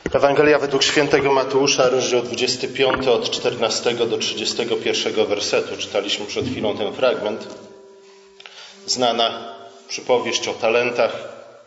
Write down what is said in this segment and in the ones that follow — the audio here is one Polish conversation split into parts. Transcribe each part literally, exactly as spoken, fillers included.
Ewangelia według świętego Mateusza, rozdział dwudziesty piąty, od czternastego do trzydziestego pierwszego wersetu. Czytaliśmy przed chwilą ten fragment. Znana przypowieść o talentach,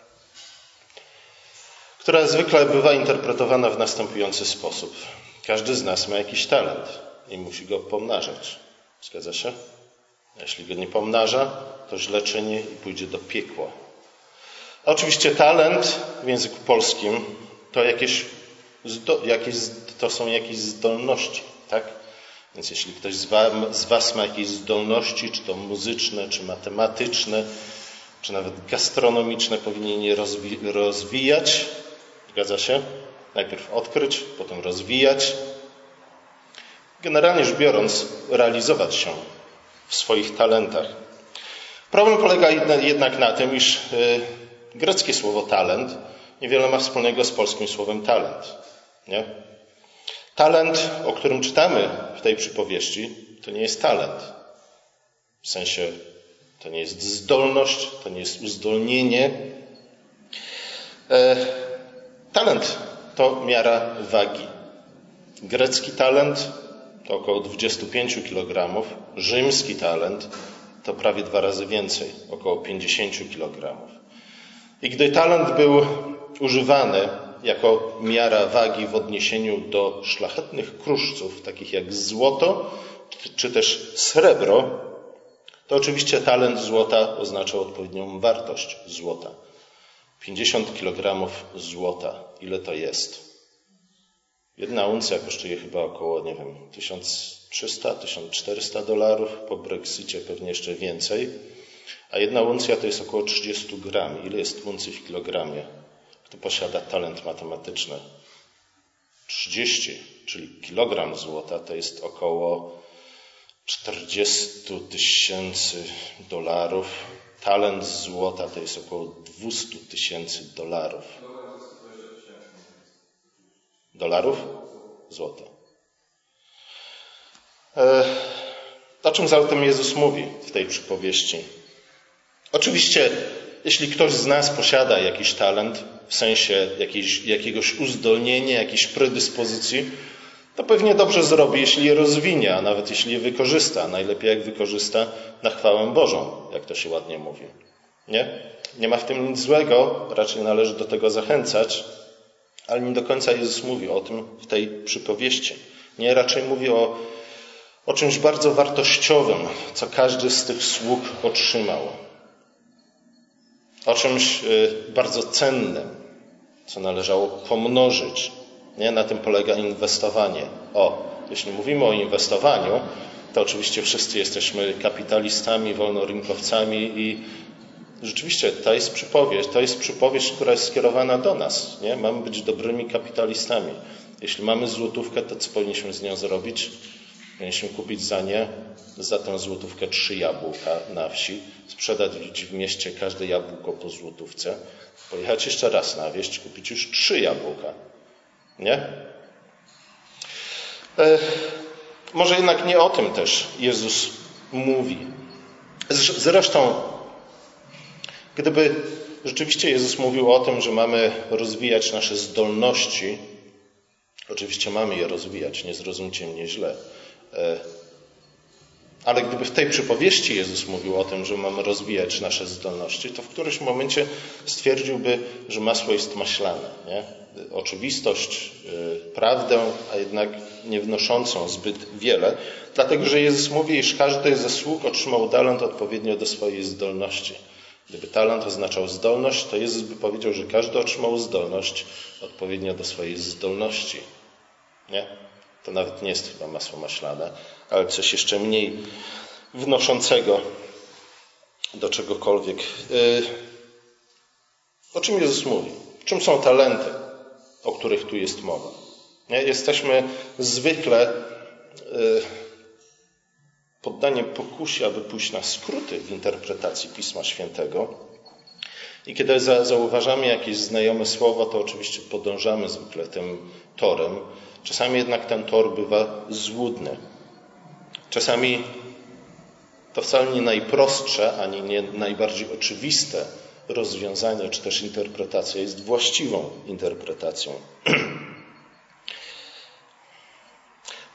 która zwykle bywa interpretowana w następujący sposób. Każdy z nas ma jakiś talent i musi go pomnażać. Zgadza się? Jeśli go nie pomnaża, to źle czyni i pójdzie do piekła. A oczywiście talent w języku polskim to jakieś, jakieś, to są jakieś zdolności, tak? Więc jeśli ktoś z was, z was ma jakieś zdolności, czy to muzyczne, czy matematyczne, czy nawet gastronomiczne, powinien je rozwi- rozwijać. Zgadza się? Najpierw odkryć, potem rozwijać. Generalnie rzecz biorąc, realizować się w swoich talentach. Problem polega jednak na tym, iż greckie słowo talent niewiele ma wspólnego z polskim słowem talent. Nie? Talent, o którym czytamy w tej przypowieści, to nie jest talent. W sensie to nie jest zdolność, to nie jest uzdolnienie. E, talent to miara wagi. Grecki talent to około dwadzieścia pięć kilogramów, rzymski talent to prawie dwa razy więcej, około pięćdziesiąt kilogramów. I gdy talent był używany jako miara wagi w odniesieniu do szlachetnych kruszców, takich jak złoto czy też srebro, to oczywiście talent złota oznaczał odpowiednią wartość złota. pięćdziesiąt kilogramów złota. Ile to jest? Jedna uncja kosztuje chyba około, nie wiem, tysiąc trzysta do tysiąc czterysta dolarów, po Brexicie pewnie jeszcze więcej. A jedna uncja to jest około trzydzieści gram. Ile jest uncji w kilogramie? Kto posiada talent matematyczny? trzydzieści, czyli kilogram złota to jest około czterdzieści tysięcy dolarów. Talent złota to jest około dwieście tysięcy dolarów. Dolarów? Złota. O czym zatem Jezus mówi w tej przypowieści? Oczywiście, jeśli ktoś z nas posiada jakiś talent, w sensie jakiejś, jakiegoś uzdolnienia, jakiejś predyspozycji, to pewnie dobrze zrobi, jeśli je rozwinie, a nawet jeśli je wykorzysta. Najlepiej jak wykorzysta na chwałę Bożą, jak to się ładnie mówi. Nie? Nie ma w tym nic złego, raczej należy do tego zachęcać, ale nie do końca Jezus mówi o tym w tej przypowieści. Nie, raczej mówi o, o czymś bardzo wartościowym, co każdy z tych sług otrzymał. O czymś bardzo cennym, co należało pomnożyć. Nie? Na tym polega inwestowanie. O, jeśli mówimy o inwestowaniu, to oczywiście wszyscy jesteśmy kapitalistami, wolnorynkowcami i rzeczywiście to jest przypowieść, to jest przypowieść, która jest skierowana do nas. Nie? Mamy być dobrymi kapitalistami. Jeśli mamy złotówkę, to co powinniśmy z nią zrobić? Powinniśmy kupić za nie, za tę złotówkę trzy jabłka na wsi, sprzedać w mieście każde jabłko po złotówce, pojechać jeszcze raz na wieś, kupić już trzy jabłka. Nie? E, może jednak nie o tym też Jezus mówi. Zresztą, gdyby rzeczywiście Jezus mówił o tym, że mamy rozwijać nasze zdolności, oczywiście mamy je rozwijać, nie zrozumcie mnie źle, ale gdyby w tej przypowieści Jezus mówił o tym, że mamy rozwijać nasze zdolności, to w którymś momencie stwierdziłby, że masło jest maślane. Nie? Oczywistość, prawdę, a jednak nie wnoszącą zbyt wiele, dlatego że Jezus mówi, iż każdy ze sług otrzymał talent odpowiednio do swojej zdolności. Gdyby talent oznaczał zdolność, to Jezus by powiedział, że każdy otrzymał zdolność odpowiednio do swojej zdolności. Nie? To nawet nie jest chyba masło maślane, ale coś jeszcze mniej wnoszącego do czegokolwiek. Yy, o czym Jezus mówi? Czym są talenty, o których tu jest mowa? Nie? Jesteśmy zwykle yy, poddani pokusie, aby pójść na skróty w interpretacji Pisma Świętego. I kiedy za, zauważamy jakieś znajome słowa, to oczywiście podążamy zwykle tym torem. Czasami jednak ten tor bywa złudny. Czasami to wcale nie najprostsze, ani nie najbardziej oczywiste rozwiązanie, czy też interpretacja jest właściwą interpretacją.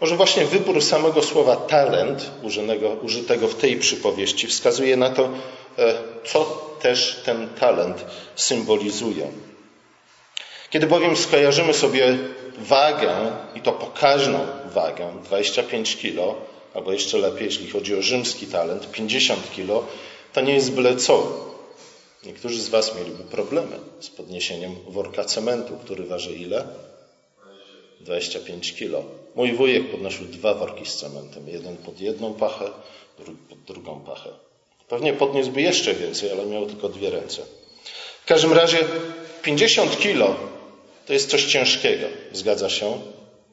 Może właśnie wybór samego słowa talent, użytego, użytego w tej przypowieści, wskazuje na to, co też ten talent symbolizuje. Kiedy bowiem skojarzymy sobie wagę, i to pokaźną wagę, dwadzieścia pięć kilo, albo jeszcze lepiej, jeśli chodzi o rzymski talent, pięćdziesiąt kilo, to nie jest byle co. Niektórzy z was mieliby problemy z podniesieniem worka cementu, który waży ile? dwadzieścia pięć kilo. Mój wujek podnosił dwa worki z cementem. Jeden pod jedną pachę, drugi pod drugą pachę. Pewnie podniósłby jeszcze więcej, ale miał tylko dwie ręce. W każdym razie pięćdziesiąt kilo to jest coś ciężkiego. Zgadza się?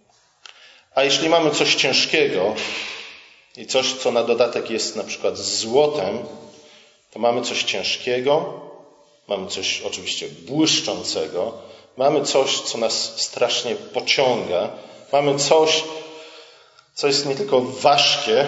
A jeśli mamy coś ciężkiego i coś, co na dodatek jest na przykład z złotem, to mamy coś ciężkiego, mamy coś oczywiście błyszczącego, mamy coś, co nas strasznie pociąga, mamy coś, co jest nie tylko ważkie,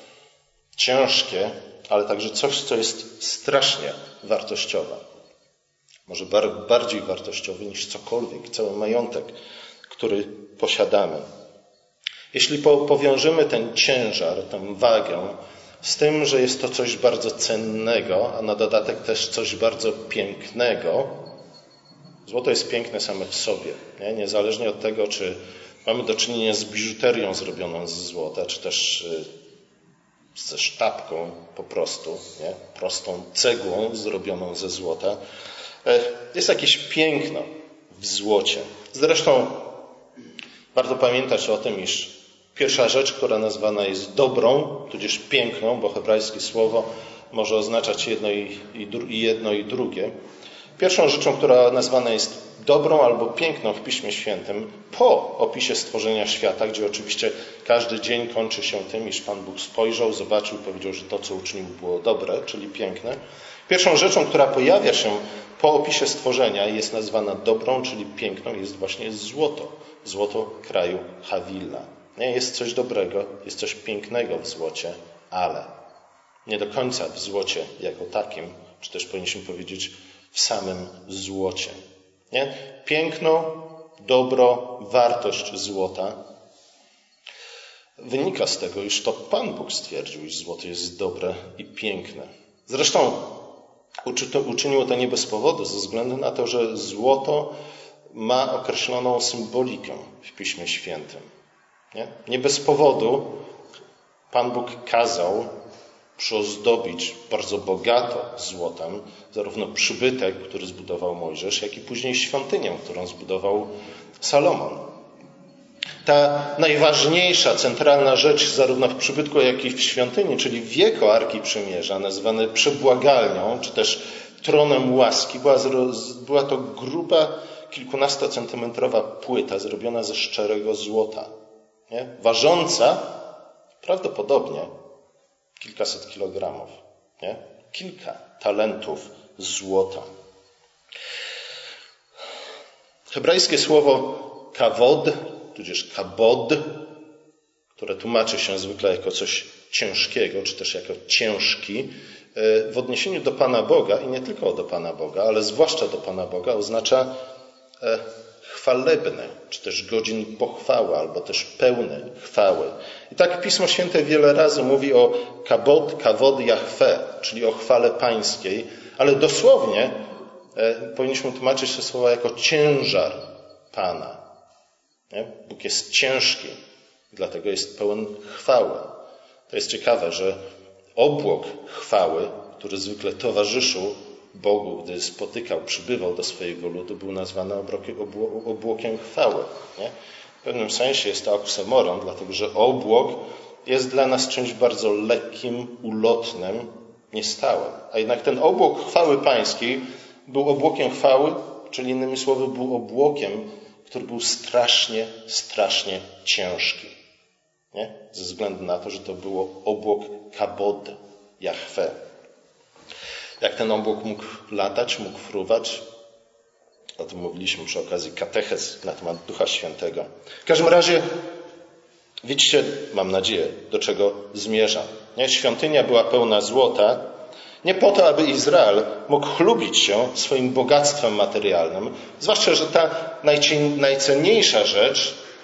ciężkie, ale także coś, co jest strasznie wartościowe. Może bardziej wartościowy niż cokolwiek, cały majątek, który posiadamy. Jeśli powiążemy ten ciężar, tę wagę z tym, że jest to coś bardzo cennego, a na dodatek też coś bardzo pięknego, złoto jest piękne same w sobie, nie? Niezależnie od tego, czy mamy do czynienia z biżuterią zrobioną ze złota, czy też ze sztabką po prostu, nie? Prostą cegłą zrobioną ze złota. Jest jakieś piękno w złocie. Zresztą warto pamiętać o tym, iż pierwsza rzecz, która nazwana jest dobrą, tudzież piękną, bo hebrajskie słowo może oznaczać jedno i, i, i jedno i drugie. Pierwszą rzeczą, która nazwana jest dobrą albo piękną w Piśmie Świętym, po opisie stworzenia świata, gdzie oczywiście każdy dzień kończy się tym, iż Pan Bóg spojrzał, zobaczył i powiedział, że to, co uczynił, było dobre, czyli piękne. Pierwszą rzeczą, która pojawia się po opisie stworzenia i jest nazwana dobrą, czyli piękną, jest właśnie złoto. Złoto kraju Hawila. Nie, jest coś dobrego, jest coś pięknego w złocie, ale nie do końca w złocie jako takim, czy też powinniśmy powiedzieć w samym złocie. Nie? Piękno, dobro, wartość złota wynika z tego, iż to Pan Bóg stwierdził, iż złoto jest dobre i piękne. Zresztą uczyniło to nie bez powodu, ze względu na to, że złoto ma określoną symbolikę w Piśmie Świętym. Nie, nie bez powodu Pan Bóg kazał przyozdobić bardzo bogato złotem zarówno przybytek, który zbudował Mojżesz, jak i później świątynię, którą zbudował Salomon. Ta najważniejsza, centralna rzecz zarówno w przybytku, jak i w świątyni, czyli wieko Arki Przymierza, nazywane przebłagalnią, czy też tronem łaski, była, była to gruba, kilkunastocentymetrowa płyta zrobiona ze szczerego złota. Nie? Ważąca prawdopodobnie kilkaset kilogramów. Nie? Kilka talentów złota. Hebrajskie słowo kawod, tudzież kabod, które tłumaczy się zwykle jako coś ciężkiego, czy też jako ciężki, w odniesieniu do Pana Boga i nie tylko do Pana Boga, ale zwłaszcza do Pana Boga, oznacza chwalebne, czy też godzin pochwały, albo też pełne chwały. I tak Pismo Święte wiele razy mówi o kabod, kawod Jahwe, czyli o chwale pańskiej, ale dosłownie e, powinniśmy tłumaczyć te słowa jako ciężar Pana. Nie? Bóg jest ciężki, dlatego jest pełen chwały. To jest ciekawe, że obłok chwały, który zwykle towarzyszył Bogu, gdy spotykał, przybywał do swojego ludu, był nazwany obłokiem chwały. Nie? W pewnym sensie jest to oksymoron, dlatego że obłok jest dla nas czymś bardzo lekkim, ulotnym, niestałym. A jednak ten obłok chwały pańskiej był obłokiem chwały, czyli innymi słowy był obłokiem, który był strasznie, strasznie ciężki. Nie? Ze względu na to, że to było obłok kabod, Jahwe. Jak ten obłok mógł latać, mógł fruwać? O tym mówiliśmy przy okazji katechez na temat Ducha Świętego. W każdym razie widzicie, mam nadzieję, do czego zmierzam. Nie? Świątynia była pełna złota, nie po to, aby Izrael mógł chlubić się swoim bogactwem materialnym, zwłaszcza, że ta najcenniejsza rzecz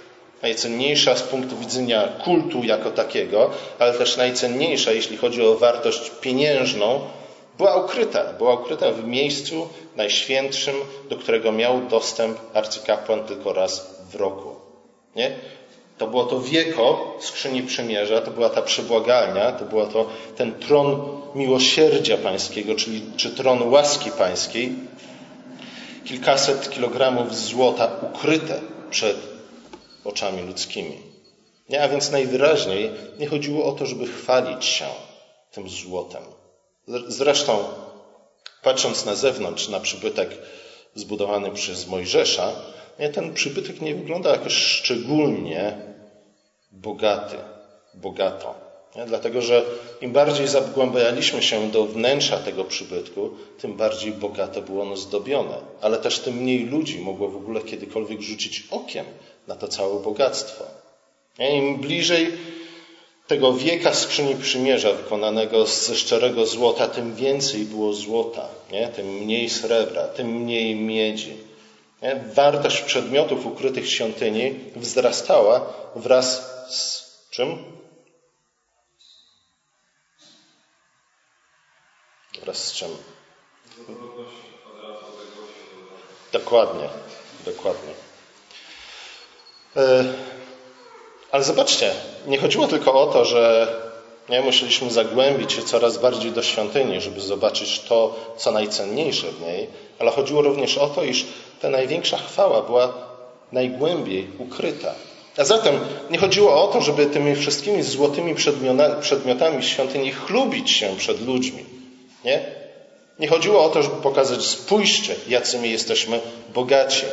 Najcenniejsza z punktu widzenia kultu jako takiego, ale też najcenniejsza, jeśli chodzi o wartość pieniężną, była ukryta. Była ukryta w miejscu najświętszym, do którego miał dostęp arcykapłan tylko raz w roku. Nie? To było to wieko skrzyni przymierza, to była ta przebłagalnia, to był to ten tron miłosierdzia pańskiego, czyli czy tron łaski pańskiej. Kilkaset kilogramów złota ukryte przed oczami ludzkimi. Nie? A więc najwyraźniej nie chodziło o to, żeby chwalić się tym złotem. Zresztą, patrząc na zewnątrz, na przybytek zbudowany przez Mojżesza, ten przybytek nie wygląda jakoś szczególnie bogaty, bogato. Nie? Dlatego, że im bardziej zagłębialiśmy się do wnętrza tego przybytku, tym bardziej bogato było ono zdobione. Ale też tym mniej ludzi mogło w ogóle kiedykolwiek rzucić okiem na to całe bogactwo. Nie? Im bliżej tego wieka skrzyni przymierza wykonanego ze szczerego złota, tym więcej było złota, nie? Tym mniej srebra, tym mniej miedzi. Nie? Wartość przedmiotów ukrytych w świątyni wzrastała wraz z czym? Wraz z czym? Dokładnie, dokładnie. Ale zobaczcie, nie chodziło tylko o to, że nie musieliśmy zagłębić się coraz bardziej do świątyni, żeby zobaczyć to, co najcenniejsze w niej, ale chodziło również o to, iż ta największa chwała była najgłębiej ukryta. A zatem nie chodziło o to, żeby tymi wszystkimi złotymi przedmiotami świątyni chlubić się przed ludźmi. Nie? Nie chodziło o to, żeby pokazać, spójrzcie, jacy my jesteśmy bogaci.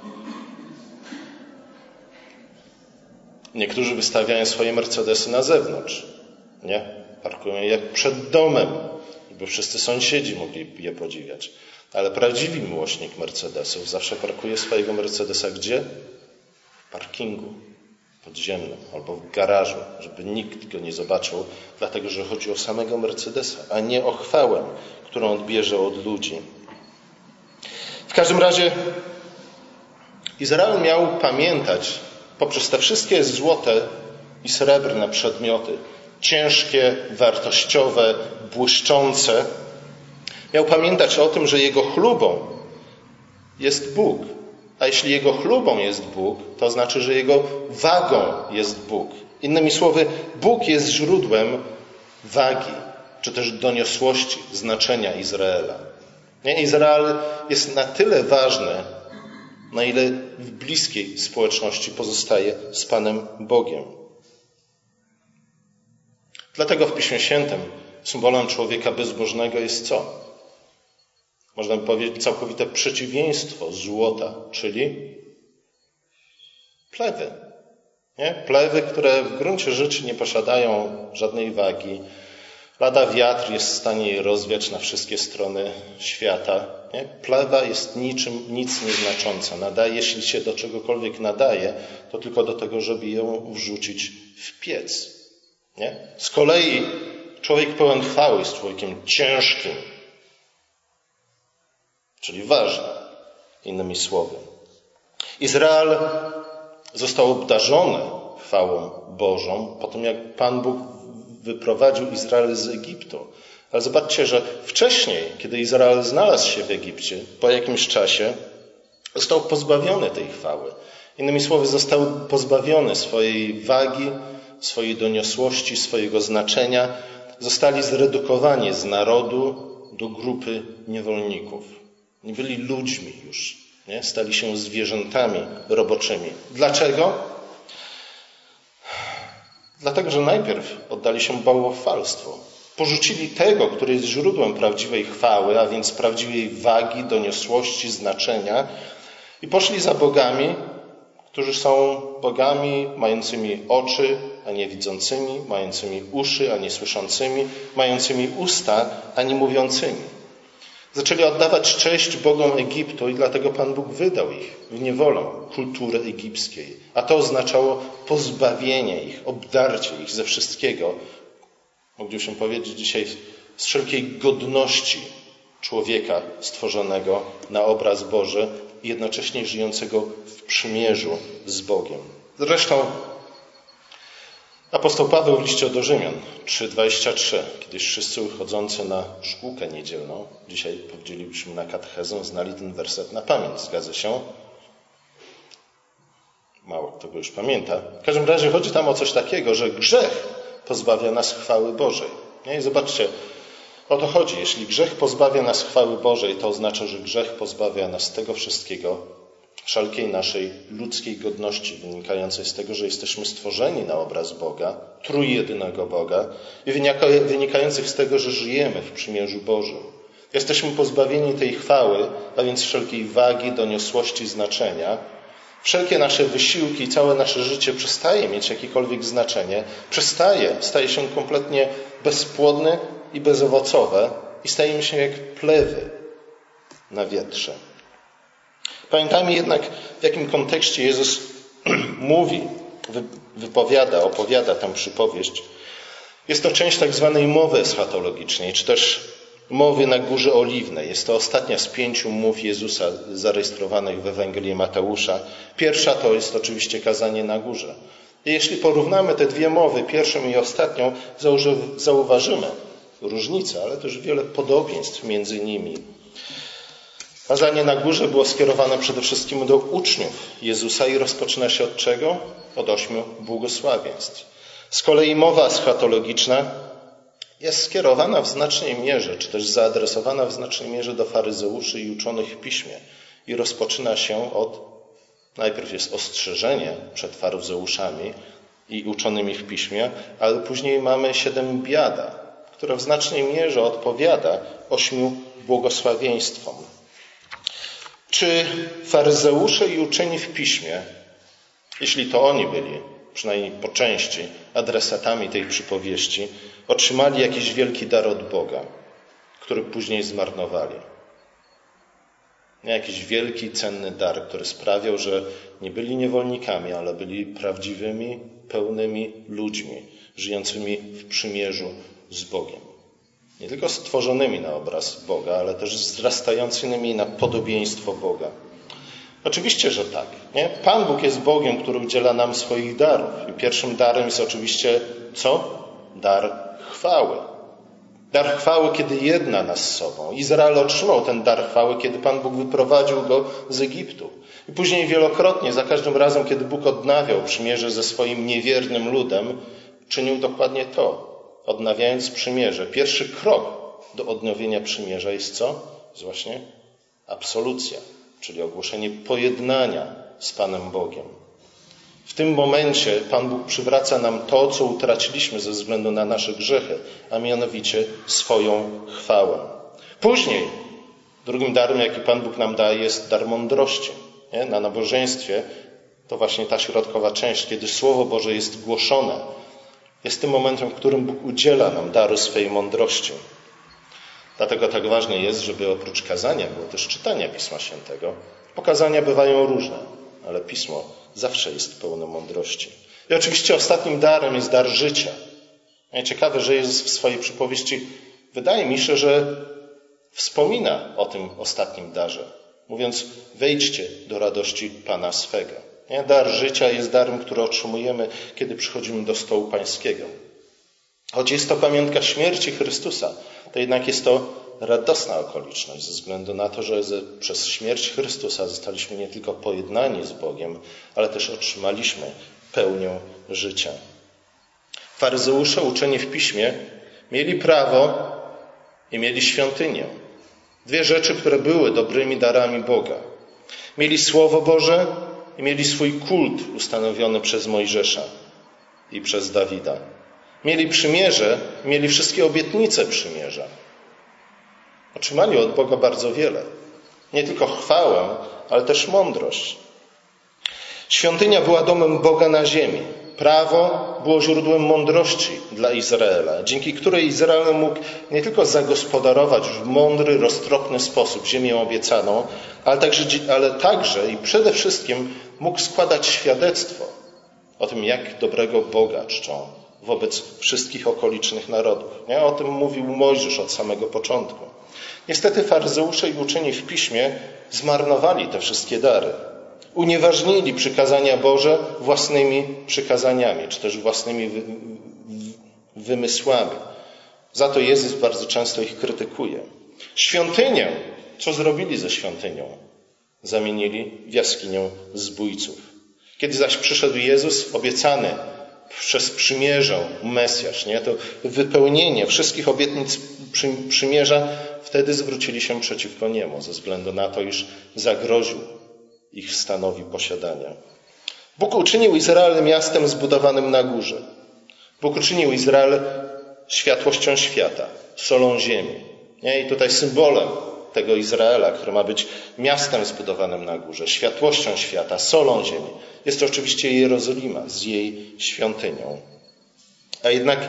Niektórzy wystawiają swoje Mercedesy na zewnątrz. Nie? Parkują je przed domem, by wszyscy sąsiedzi mogli je podziwiać. Ale prawdziwy miłośnik Mercedesów zawsze parkuje swojego Mercedesa gdzie? W parkingu podziemnym albo w garażu, żeby nikt go nie zobaczył, dlatego że chodzi o samego Mercedesa, a nie o chwałę, którą odbierze od ludzi. W każdym razie Izrael miał pamiętać poprzez te wszystkie złote i srebrne przedmioty, ciężkie, wartościowe, błyszczące, miał pamiętać o tym, że jego chlubą jest Bóg. A jeśli jego chlubą jest Bóg, to znaczy, że jego wagą jest Bóg. Innymi słowy, Bóg jest źródłem wagi, czy też doniosłości, znaczenia Izraela. Nie? Izrael jest na tyle ważny, na ile w bliskiej społeczności pozostaje z Panem Bogiem. Dlatego w Piśmie Świętym symbolem człowieka bezbożnego jest co? Można by powiedzieć całkowite przeciwieństwo złota, czyli plewy. Nie? Plewy, które w gruncie rzeczy nie posiadają żadnej wagi. Lada wiatr jest w stanie je rozwiać na wszystkie strony świata. Nie? Plewa jest niczym, nic nieznacząca. Nadaje, jeśli się do czegokolwiek nadaje, to tylko do tego, żeby ją wrzucić w piec. Nie? Z kolei człowiek pełen chwały jest człowiekiem ciężkim, czyli ważny, innymi słowy. Izrael został obdarzony chwałą Bożą po tym, jak Pan Bóg wyprowadził Izrael z Egiptu. Ale zobaczcie, że wcześniej, kiedy Izrael znalazł się w Egipcie, po jakimś czasie został pozbawiony tej chwały. Innymi słowy, został pozbawiony swojej wagi, swojej doniosłości, swojego znaczenia. Zostali zredukowani z narodu do grupy niewolników. Nie byli ludźmi już. Nie? Stali się zwierzętami roboczymi. Dlaczego? Dlatego, że najpierw oddali się bałwochwalstwu. Porzucili tego, który jest źródłem prawdziwej chwały, a więc prawdziwej wagi, doniosłości, znaczenia i poszli za bogami, którzy są bogami mającymi oczy, a nie widzącymi, mającymi uszy, a nie słyszącymi, mającymi usta, a nie mówiącymi. Zaczęli oddawać cześć bogom Egiptu i dlatego Pan Bóg wydał ich w niewolę kultury egipskiej. A to oznaczało pozbawienie ich, obdarcie ich ze wszystkiego. Moglibyśmy powiedzieć dzisiaj z wszelkiej godności człowieka stworzonego na obraz Boży i jednocześnie żyjącego w przymierzu z Bogiem. Zresztą apostoł Paweł w liście do Rzymian trzy dwadzieścia trzy, kiedyś wszyscy chodzący na szkółkę niedzielną, dzisiaj powiedzielibyśmy na katechezę, znali ten werset na pamięć. Zgadza się? Mało kto go już pamięta. W każdym razie chodzi tam o coś takiego, że grzech pozbawia nas chwały Bożej. I zobaczcie, o to chodzi. Jeśli grzech pozbawia nas chwały Bożej, to oznacza, że grzech pozbawia nas tego wszystkiego, wszelkiej naszej ludzkiej godności wynikającej z tego, że jesteśmy stworzeni na obraz Boga, trójjedynego Boga i wynikających z tego, że żyjemy w przymierzu Bożym. Jesteśmy pozbawieni tej chwały, a więc wszelkiej wagi, doniosłości, znaczenia. Wszelkie nasze wysiłki, całe nasze życie przestaje mieć jakiekolwiek znaczenie, przestaje, staje się kompletnie bezpłodne i bezowocowe i stajemy się jak plewy na wietrze. Pamiętajmy jednak, w jakim kontekście Jezus mówi, wypowiada, opowiada tę przypowieść. Jest to część tak zwanej mowy eschatologicznej, czy też mowy na Górze Oliwnej. Jest to ostatnia z pięciu mów Jezusa zarejestrowanych w Ewangelii Mateusza. Pierwsza to jest oczywiście kazanie na górze. I jeśli porównamy te dwie mowy, pierwszą i ostatnią, zauważymy różnice, ale też wiele podobieństw między nimi. Kazanie na górze było skierowane przede wszystkim do uczniów Jezusa i rozpoczyna się od czego? Od ośmiu błogosławieństw. Z kolei mowa eschatologiczna jest skierowana w znacznej mierze, czy też zaadresowana w znacznej mierze do faryzeuszy i uczonych w piśmie. I rozpoczyna się od, najpierw jest ostrzeżenie przed faryzeuszami i uczonymi w piśmie, ale później mamy siedem biada, które w znacznej mierze odpowiada ośmiu błogosławieństwom. Czy faryzeusze i uczeni w piśmie, jeśli to oni byli, przynajmniej po części, adresatami tej przypowieści, otrzymali jakiś wielki dar od Boga, który później zmarnowali? Nie jakiś wielki, cenny dar, który sprawiał, że nie byli niewolnikami, ale byli prawdziwymi, pełnymi ludźmi, żyjącymi w przymierzu z Bogiem. Nie tylko stworzonymi na obraz Boga, ale też wzrastającymi na podobieństwo Boga. Oczywiście, że tak. Nie? Pan Bóg jest Bogiem, który udziela nam swoich darów. I pierwszym darem jest oczywiście co? Dar chwały. Dar chwały, kiedy jedna nas z sobą. Izrael otrzymał ten dar chwały, kiedy Pan Bóg wyprowadził go z Egiptu. I później wielokrotnie, za każdym razem, kiedy Bóg odnawiał przymierze ze swoim niewiernym ludem, czynił dokładnie to. Odnawiając przymierze. Pierwszy krok do odnowienia przymierza jest co? Jest właśnie absolucja, czyli ogłoszenie pojednania z Panem Bogiem. W tym momencie Pan Bóg przywraca nam to, co utraciliśmy ze względu na nasze grzechy, a mianowicie swoją chwałę. Później drugim darem, jaki Pan Bóg nam daje, jest dar mądrości. Nie? Na nabożeństwie to właśnie ta środkowa część, kiedy Słowo Boże jest głoszone, jest tym momentem, w którym Bóg udziela nam daru swojej mądrości. Dlatego tak ważne jest, żeby oprócz kazania było też czytania Pisma Świętego. Pokazania bywają różne, ale Pismo zawsze jest pełne mądrości. I oczywiście ostatnim darem jest dar życia. Ciekawe, że Jezus w swojej przypowieści, wydaje mi się, że wspomina o tym ostatnim darze, mówiąc: wejdźcie do radości Pana swego. Nie? Dar życia jest darem, który otrzymujemy, kiedy przychodzimy do stołu pańskiego. Choć jest to pamiątka śmierci Chrystusa, to jednak jest to radosna okoliczność ze względu na to, że przez śmierć Chrystusa zostaliśmy nie tylko pojednani z Bogiem, ale też otrzymaliśmy pełnię życia. Faryzeusze uczeni w Piśmie mieli prawo i mieli świątynię. Dwie rzeczy, które były dobrymi darami Boga. Mieli Słowo Boże i mieli swój kult ustanowiony przez Mojżesza i przez Dawida. Mieli przymierze, mieli wszystkie obietnice przymierza. Otrzymali od Boga bardzo wiele. Nie tylko chwałę, ale też mądrość. Świątynia była domem Boga na ziemi. Prawo było źródłem mądrości dla Izraela, dzięki której Izrael mógł nie tylko zagospodarować w mądry, roztropny sposób ziemię obiecaną, ale także, ale także i przede wszystkim mógł składać świadectwo o tym, jak dobrego Boga czczą wobec wszystkich okolicznych narodów. Nie? O tym mówił Mojżesz od samego początku. Niestety faryzeusze i uczeni w Piśmie zmarnowali te wszystkie dary. Unieważnili przykazania Boże własnymi przykazaniami, czy też własnymi wy, wymysłami. Za to Jezus bardzo często ich krytykuje. Świątynię, co zrobili ze świątynią? Zamienili w jaskinię zbójców. Kiedy zaś przyszedł Jezus, obiecany przez przymierze Mesjasz, nie? To wypełnienie wszystkich obietnic przymierza, wtedy zwrócili się przeciwko Niemu, ze względu na to, iż zagroził ich stanowi posiadania. Bóg uczynił Izrael miastem zbudowanym na górze. Bóg uczynił Izrael światłością świata, solą ziemi. Nie? I tutaj symbolem tego Izraela, który ma być miastem zbudowanym na górze, światłością świata, solą ziemi, jest to oczywiście Jerozolima z jej świątynią. A jednak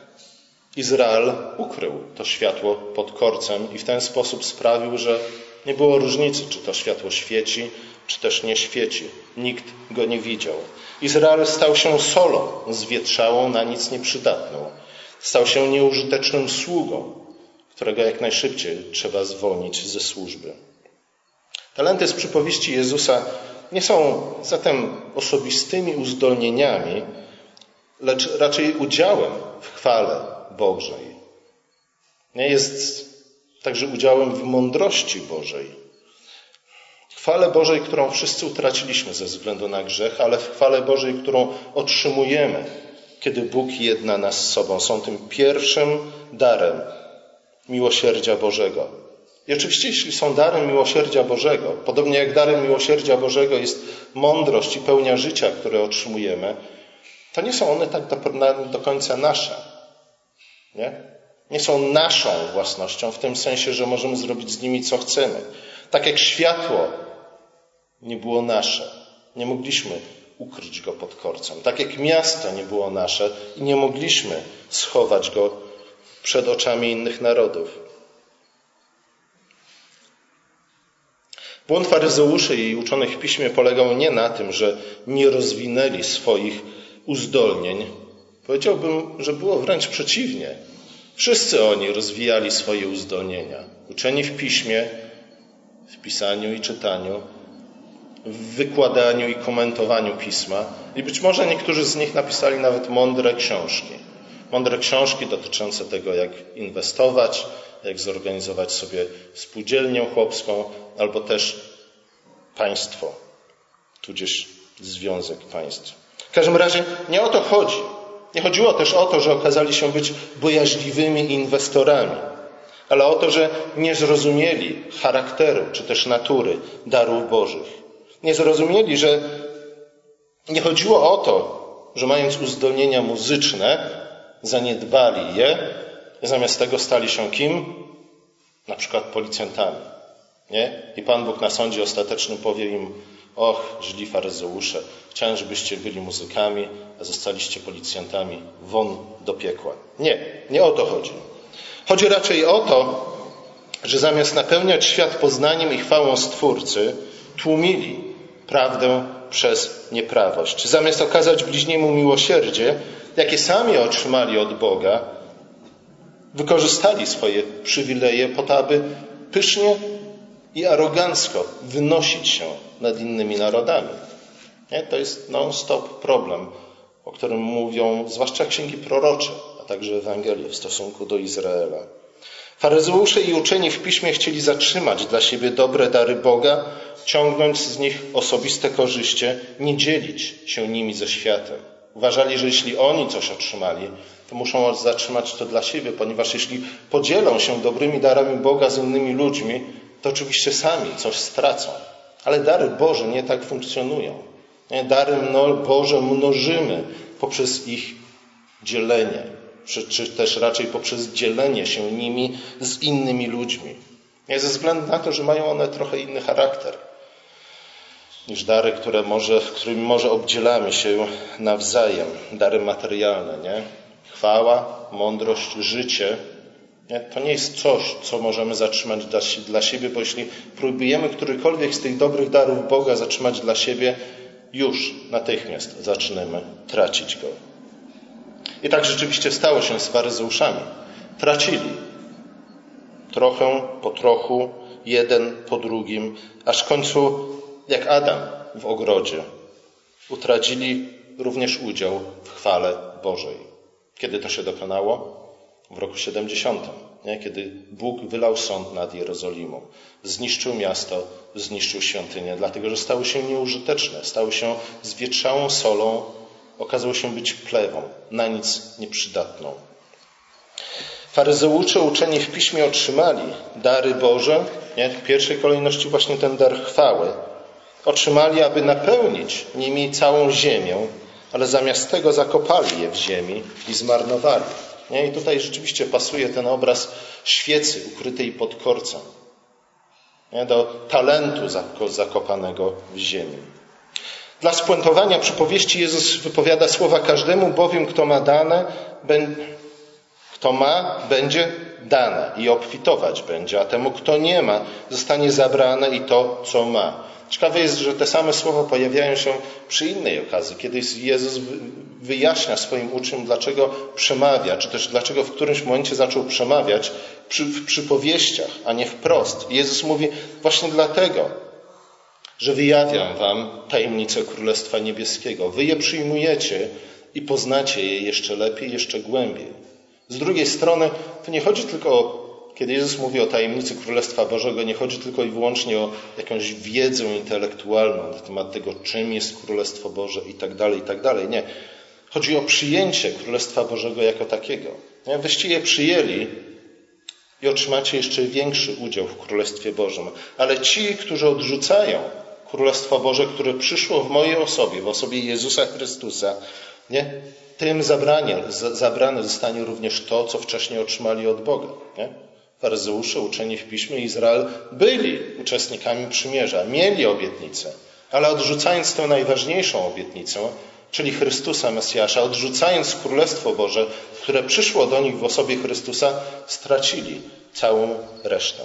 Izrael ukrył to światło pod korcem i w ten sposób sprawił, że nie było różnicy, czy to światło świeci, czy też nie świeci. Nikt go nie widział. Izrael stał się solą zwietrzałą, na nic nieprzydatną. Stał się nieużytecznym sługą, którego jak najszybciej trzeba zwolnić ze służby. Talenty z przypowieści Jezusa nie są zatem osobistymi uzdolnieniami, lecz raczej udziałem w chwale Bożej. Nie jest także udziałem w mądrości Bożej. W chwale Bożej, którą wszyscy utraciliśmy ze względu na grzech, ale w chwale Bożej, którą otrzymujemy, kiedy Bóg jedna nas z sobą. Są tym pierwszym darem miłosierdzia Bożego. I oczywiście, jeśli są darem miłosierdzia Bożego, podobnie jak darem miłosierdzia Bożego jest mądrość i pełnia życia, które otrzymujemy, to nie są one tak do, do końca nasze. Nie? Nie są naszą własnością w tym sensie, że możemy zrobić z nimi co chcemy. Tak jak światło nie było nasze, nie mogliśmy ukryć go pod korcem. Tak jak miasto nie było nasze i nie mogliśmy schować go przed oczami innych narodów. Błąd faryzeuszy i uczonych w piśmie polegał nie na tym, że nie rozwinęli swoich uzdolnień. Powiedziałbym, że było wręcz przeciwnie. Wszyscy oni rozwijali swoje uzdolnienia. Uczeni w piśmie, w pisaniu i czytaniu, w wykładaniu i komentowaniu pisma. I być może niektórzy z nich napisali nawet mądre książki. Mądre książki dotyczące tego, jak inwestować, jak zorganizować sobie spółdzielnię chłopską, albo też państwo, tudzież związek państw. W każdym razie nie o to chodzi. Nie chodziło też o to, że okazali się być bojaźliwymi inwestorami, ale o to, że nie zrozumieli charakteru, czy też natury darów Bożych. Nie zrozumieli, że nie chodziło o to, że mając uzdolnienia muzyczne, zaniedbali je, zamiast tego stali się kim? Na przykład policjantami. Nie? I Pan Bóg na sądzie ostatecznym powie im: och, źli faryzeusze, chciałem, żebyście byli muzykami, a zostaliście policjantami, won do piekła. Nie, nie o to chodzi. Chodzi raczej o to, że zamiast napełniać świat poznaniem i chwałą Stwórcy, tłumili prawdę przez nieprawość. Zamiast okazać bliźniemu miłosierdzie, jakie sami otrzymali od Boga, wykorzystali swoje przywileje po to, aby pysznie i arogancko wynosić się nad innymi narodami. Nie? To jest non-stop problem, o którym mówią zwłaszcza księgi prorocze, a także Ewangelie w stosunku do Izraela. Faryzeusze i uczeni w piśmie chcieli zatrzymać dla siebie dobre dary Boga, ciągnąć z nich osobiste korzyście, nie dzielić się nimi ze światem. Uważali, że jeśli oni coś otrzymali, to muszą zatrzymać to dla siebie, ponieważ jeśli podzielą się dobrymi darami Boga z innymi ludźmi, to oczywiście sami coś stracą. Ale dary Boże nie tak funkcjonują. Dary Boże mnożymy poprzez ich dzielenie, czy, czy też raczej poprzez dzielenie się nimi z innymi ludźmi. Ze względu na to, że mają one trochę inny charakter niż dary, które może, którymi może obdzielamy się nawzajem. Dary materialne, nie? Chwała, mądrość, życie. Nie? To nie jest coś, co możemy zatrzymać dla, dla siebie, bo jeśli próbujemy którykolwiek z tych dobrych darów Boga zatrzymać dla siebie, już natychmiast zaczynamy tracić go. I tak rzeczywiście stało się z faryzeuszami. Tracili. Trochę po trochu, jeden po drugim, aż w końcu jak Adam w ogrodzie, utracili również udział w chwale Bożej. Kiedy to się dokonało? W roku siedemdziesiątym, nie? Kiedy Bóg wylał sąd nad Jerozolimą. Zniszczył miasto, zniszczył świątynię, dlatego że stały się nieużyteczne, stały się zwietrzałą solą, okazało się być plewą, na nic nieprzydatną. Faryzeusze uczeni w Piśmie otrzymali dary Boże, nie? W pierwszej kolejności właśnie ten dar chwały. Otrzymali, aby napełnić nimi całą ziemię, ale zamiast tego zakopali je w ziemi i zmarnowali. Nie? I tutaj rzeczywiście pasuje ten obraz świecy ukrytej pod korcem, nie? Do talentu zakopanego w ziemi. Dla spuentowania przypowieści Jezus wypowiada słowa: każdemu bowiem, kto ma dane, kto ma, będzie dane i obfitować będzie, a temu, kto nie ma, zostanie zabrane i to, co ma. Ciekawe jest, że te same słowa pojawiają się przy innej okazji, kiedy Jezus wyjaśnia swoim uczniom, dlaczego przemawia, czy też dlaczego w którymś momencie zaczął przemawiać przy, w przypowieściach, a nie wprost. Jezus mówi: właśnie dlatego, że wyjawiam wam tajemnicę Królestwa Niebieskiego. Wy je przyjmujecie i poznacie je jeszcze lepiej, jeszcze głębiej. Z drugiej strony, to nie chodzi tylko o, kiedy Jezus mówi o tajemnicy Królestwa Bożego, nie chodzi tylko i wyłącznie o jakąś wiedzę intelektualną na temat tego, czym jest Królestwo Boże i tak dalej, i tak dalej. Nie. Chodzi o przyjęcie Królestwa Bożego jako takiego. Nie? Wyście je przyjęli i otrzymacie jeszcze większy udział w Królestwie Bożym. Ale ci, którzy odrzucają Królestwo Boże, które przyszło w mojej osobie, w osobie Jezusa Chrystusa, nie? Tym zabranie, zabrane zostanie również to, co wcześniej otrzymali od Boga. Nie? Faryzeusze, uczeni w Piśmie, Izrael byli uczestnikami przymierza, mieli obietnicę, ale odrzucając tę najważniejszą obietnicę, czyli Chrystusa Mesjasza, odrzucając Królestwo Boże, które przyszło do nich w osobie Chrystusa, stracili całą resztę.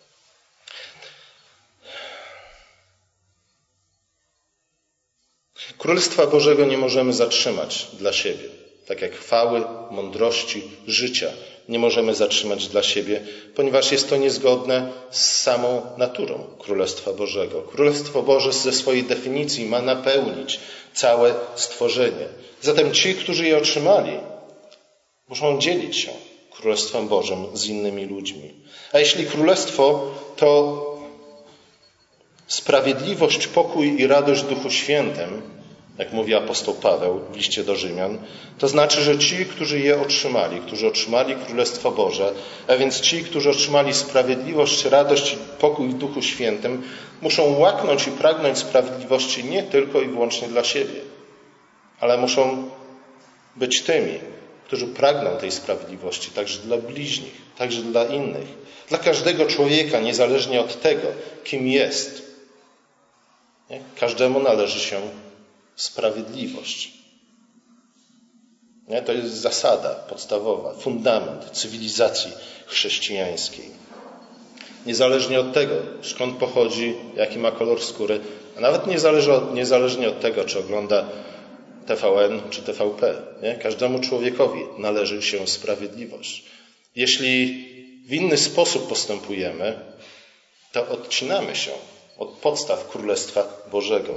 Królestwa Bożego nie możemy zatrzymać dla siebie. Tak jak chwały, mądrości, życia nie możemy zatrzymać dla siebie, ponieważ jest to niezgodne z samą naturą Królestwa Bożego. Królestwo Boże ze swojej definicji ma napełnić całe stworzenie. Zatem ci, którzy je otrzymali, muszą dzielić się Królestwem Bożym z innymi ludźmi. A jeśli Królestwo to sprawiedliwość, pokój i radość w Duchu Świętym, jak mówi apostoł Paweł w liście do Rzymian, to znaczy, że ci, którzy je otrzymali, którzy otrzymali Królestwo Boże, a więc ci, którzy otrzymali sprawiedliwość, radość i pokój w Duchu Świętym, muszą łaknąć i pragnąć sprawiedliwości nie tylko i wyłącznie dla siebie, ale muszą być tymi, którzy pragną tej sprawiedliwości także dla bliźnich, także dla innych, dla każdego człowieka, niezależnie od tego, kim jest. Nie? Każdemu należy się sprawiedliwość. Nie? To jest zasada podstawowa, fundament cywilizacji chrześcijańskiej. Niezależnie od tego, skąd pochodzi, jaki ma kolor skóry, a nawet niezależnie od, niezależnie od tego, czy ogląda T V N czy T V P. Nie? Każdemu człowiekowi należy się sprawiedliwość. Jeśli w inny sposób postępujemy, to odcinamy się od podstaw Królestwa Bożego.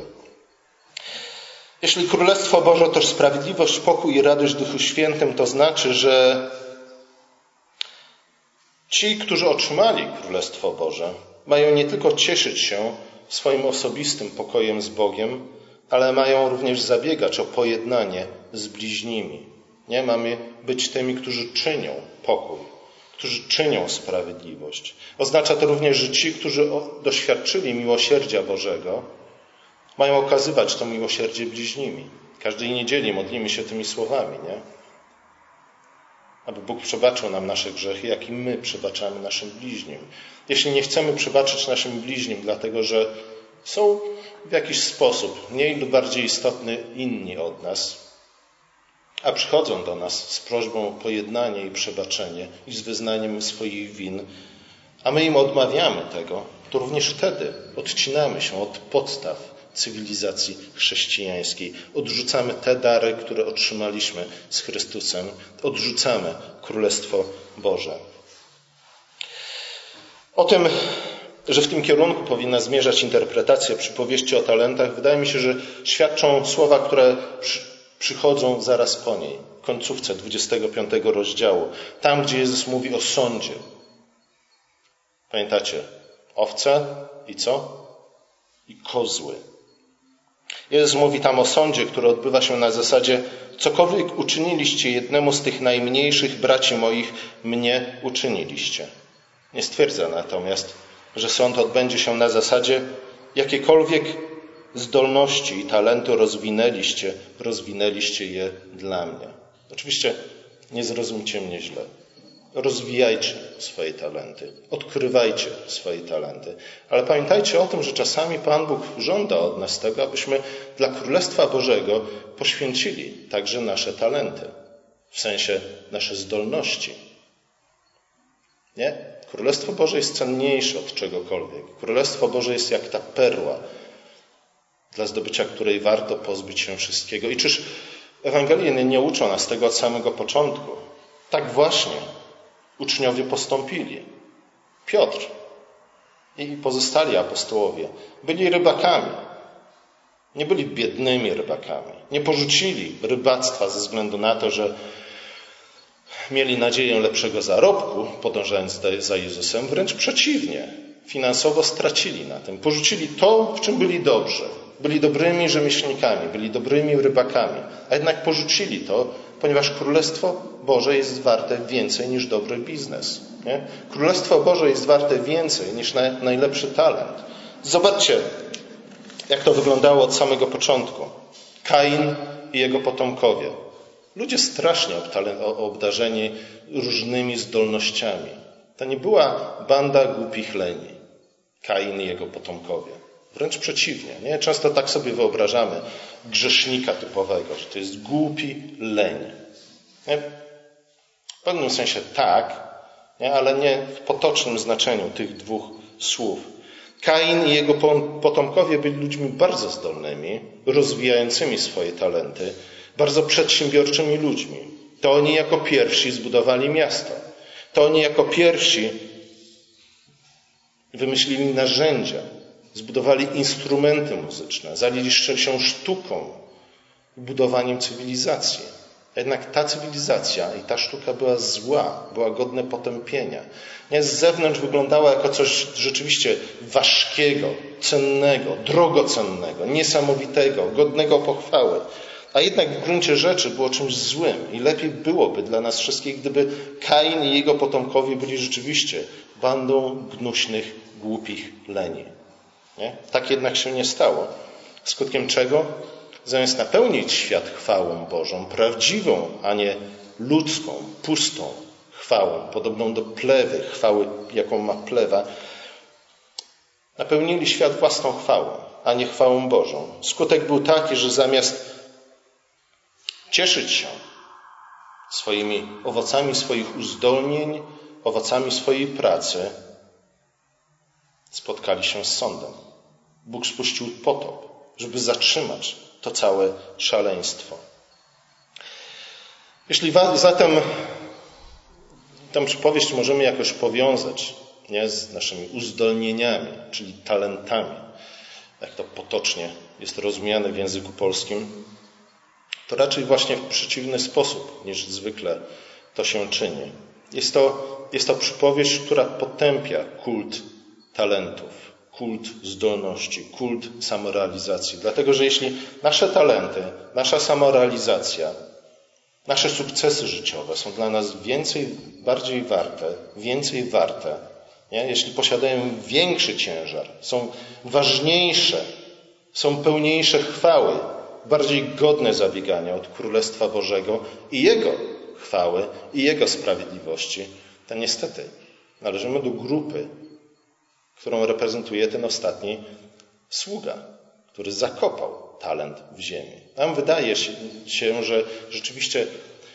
Jeśli Królestwo Boże to sprawiedliwość, pokój i radość w Duchu Świętym, to znaczy, że ci, którzy otrzymali Królestwo Boże, mają nie tylko cieszyć się swoim osobistym pokojem z Bogiem, ale mają również zabiegać o pojednanie z bliźnimi. Nie? Mamy być tymi, którzy czynią pokój, którzy czynią sprawiedliwość. Oznacza to również, że ci, którzy doświadczyli miłosierdzia Bożego, mają okazywać to miłosierdzie bliźnimi. Każdej niedzieli modlimy się tymi słowami, nie? Aby Bóg przebaczył nam nasze grzechy, jak i my przebaczamy naszym bliźnim. Jeśli nie chcemy przebaczyć naszym bliźnim, dlatego że są w jakiś sposób mniej lub bardziej istotny inni od nas, a przychodzą do nas z prośbą o pojednanie i przebaczenie i z wyznaniem swoich win, a my im odmawiamy tego, to również wtedy odcinamy się od podstaw cywilizacji chrześcijańskiej. Odrzucamy te dary, które otrzymaliśmy z Chrystusem. Odrzucamy Królestwo Boże. O tym, że w tym kierunku powinna zmierzać interpretacja przypowieści o talentach, wydaje mi się, że świadczą słowa, które przy, przychodzą zaraz po niej, w końcówce dwudziestego piątego rozdziału, tam, gdzie Jezus mówi o sądzie. Pamiętacie? Owce i co? I kozły. Jezus mówi tam o sądzie, który odbywa się na zasadzie: cokolwiek uczyniliście jednemu z tych najmniejszych braci moich, mnie uczyniliście. Nie stwierdza natomiast, że sąd odbędzie się na zasadzie: jakiekolwiek zdolności i talenty rozwinęliście, rozwinęliście je dla mnie. Oczywiście nie zrozumcie mnie źle. Rozwijajcie swoje talenty, odkrywajcie swoje talenty. Ale pamiętajcie o tym, że czasami Pan Bóg żąda od nas tego, abyśmy dla Królestwa Bożego poświęcili także nasze talenty. W sensie nasze zdolności. Nie? Królestwo Boże jest cenniejsze od czegokolwiek. Królestwo Boże jest jak ta perła, dla zdobycia której warto pozbyć się wszystkiego. I czyż Ewangelie nie uczą nas tego od samego początku? Tak właśnie uczniowie postąpili. Piotr i pozostali apostołowie byli rybakami. Nie byli biednymi rybakami. Nie porzucili rybactwa ze względu na to, że mieli nadzieję lepszego zarobku, podążając za Jezusem. Wręcz przeciwnie. Finansowo stracili na tym. Porzucili to, w czym byli dobrzy. Byli dobrymi rzemieślnikami, byli dobrymi rybakami. A jednak porzucili to, ponieważ Królestwo Boże jest warte więcej niż dobry biznes. Nie? Królestwo Boże jest warte więcej niż na, najlepszy talent. Zobaczcie, jak to wyglądało od samego początku. Kain i jego potomkowie. Ludzie strasznie obdarzeni różnymi zdolnościami. To nie była banda głupich leni. Kain i jego potomkowie. Wręcz przeciwnie. Nie? Często tak sobie wyobrażamy grzesznika typowego, że to jest głupi leń. Nie? W pewnym sensie tak, nie? Ale nie w potocznym znaczeniu tych dwóch słów. Kain i jego potomkowie byli ludźmi bardzo zdolnymi, rozwijającymi swoje talenty, bardzo przedsiębiorczymi ludźmi. To oni jako pierwsi zbudowali miasto. To oni jako pierwsi wymyślili narzędzia, zbudowali instrumenty muzyczne, zajęli się sztuką i budowaniem cywilizacji. Jednak ta cywilizacja i ta sztuka była zła, była godna potępienia. Nie, z zewnątrz wyglądała jako coś rzeczywiście ważkiego, cennego, drogocennego, niesamowitego, godnego pochwały. A jednak w gruncie rzeczy było czymś złym i lepiej byłoby dla nas wszystkich, gdyby Kain i jego potomkowie byli rzeczywiście bandą gnuśnych, głupich leni. Nie? Tak jednak się nie stało. Skutkiem czego? Zamiast napełnić świat chwałą Bożą, prawdziwą, a nie ludzką, pustą chwałą, podobną do plewy, chwały, jaką ma plewa, napełnili świat własną chwałą, a nie chwałą Bożą. Skutek był taki, że zamiast cieszyć się swoimi owocami swoich uzdolnień, owocami swojej pracy, spotkali się z sądem. Bóg spuścił potop, żeby zatrzymać to całe szaleństwo. Jeśli zatem tę przypowieść możemy jakoś powiązać, nie, z naszymi uzdolnieniami, czyli talentami, jak to potocznie jest rozumiane w języku polskim, to raczej właśnie w przeciwny sposób niż zwykle to się czyni. Jest to, jest to przypowieść, która potępia kult talentów, kult zdolności, kult samorealizacji. Dlatego, że jeśli nasze talenty, nasza samorealizacja, nasze sukcesy życiowe są dla nas więcej, bardziej warte, więcej warte, nie? Jeśli posiadają większy ciężar, są ważniejsze, są pełniejsze chwały, bardziej godne zabiegania od Królestwa Bożego i Jego chwały i Jego sprawiedliwości, to niestety należymy do grupy, którą reprezentuje ten ostatni sługa, który zakopał talent w ziemi. Nam wydaje się, że rzeczywiście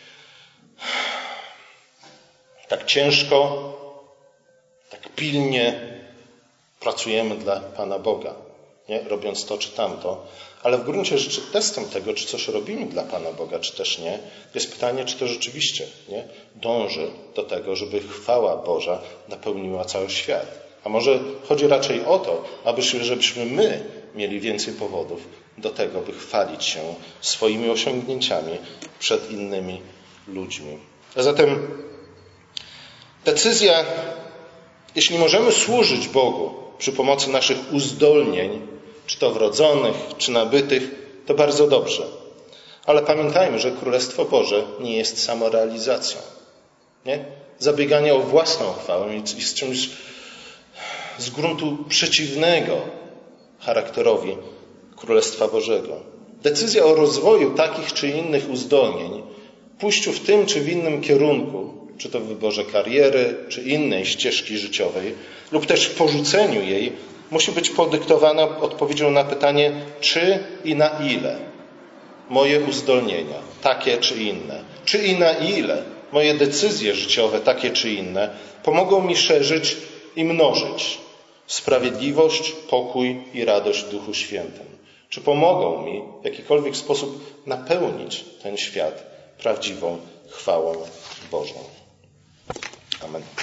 tak ciężko, tak pilnie pracujemy dla Pana Boga, nie? Robiąc to czy tamto, ale w gruncie rzeczy testem tego, czy coś robimy dla Pana Boga, czy też nie, jest pytanie, czy to rzeczywiście nie? Dąży do tego, żeby chwała Boża napełniła cały świat. A może chodzi raczej o to, abyśmy, żebyśmy my mieli więcej powodów do tego, by chwalić się swoimi osiągnięciami przed innymi ludźmi. A zatem decyzja, jeśli możemy służyć Bogu przy pomocy naszych uzdolnień, czy to wrodzonych, czy nabytych, to bardzo dobrze. Ale pamiętajmy, że Królestwo Boże nie jest samorealizacją. Nie? Zabieganie o własną chwałę jest czymś z gruntu przeciwnego charakterowi Królestwa Bożego. Decyzja o rozwoju takich czy innych uzdolnień, pójściu w tym czy w innym kierunku, czy to w wyborze kariery, czy innej ścieżki życiowej, lub też w porzuceniu jej, musi być podyktowana odpowiedzią na pytanie, czy i na ile moje uzdolnienia, takie czy inne, czy i na ile moje decyzje życiowe, takie czy inne, pomogą mi szerzyć i mnożyć sprawiedliwość, pokój i radość w Duchu Świętym. Czy pomogą mi w jakikolwiek sposób napełnić ten świat prawdziwą chwałą Bożą. Amen.